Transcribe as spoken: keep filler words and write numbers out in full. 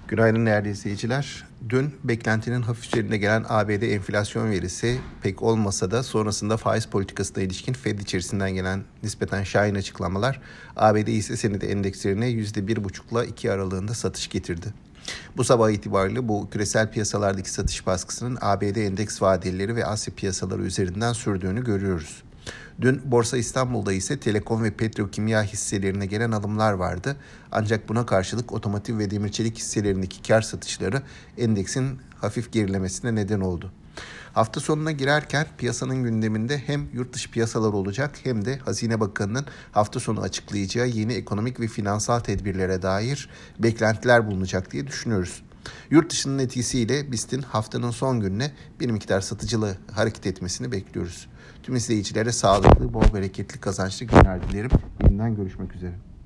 Günaydın değerli izleyiciler. Dün beklentinin hafif üzerinde gelen A B D enflasyon verisi pek olmasa da sonrasında faiz politikasına ilişkin Fed içerisinden gelen nispeten şahin açıklamalar A B D hisse senedi endekslerine yüzde bir buçuk ile iki aralığında satış getirdi. Bu sabah itibariyle bu küresel piyasalardaki satış baskısının A B D endeks vadelileri ve Asya piyasaları üzerinden sürdüğünü görüyoruz. Dün Borsa İstanbul'da ise telekom ve petrokimya hisselerine gelen alımlar vardı. Ancak buna karşılık otomotiv ve demir çelik hisselerindeki kar satışları endeksin hafif gerilemesine neden oldu. Hafta sonuna girerken piyasanın gündeminde hem yurt dışı piyasalar olacak hem de Hazine Bakanı'nın hafta sonu açıklayacağı yeni ekonomik ve finansal tedbirlere dair beklentiler bulunacak diye düşünüyoruz. Yurt dışının etkisiyle BIST'in haftanın son gününe bir miktar satıcılı hareket etmesini bekliyoruz. Tüm izleyicilere sağlıklı, bol bereketli, kazançlı günler dilerim. Yeniden görüşmek üzere.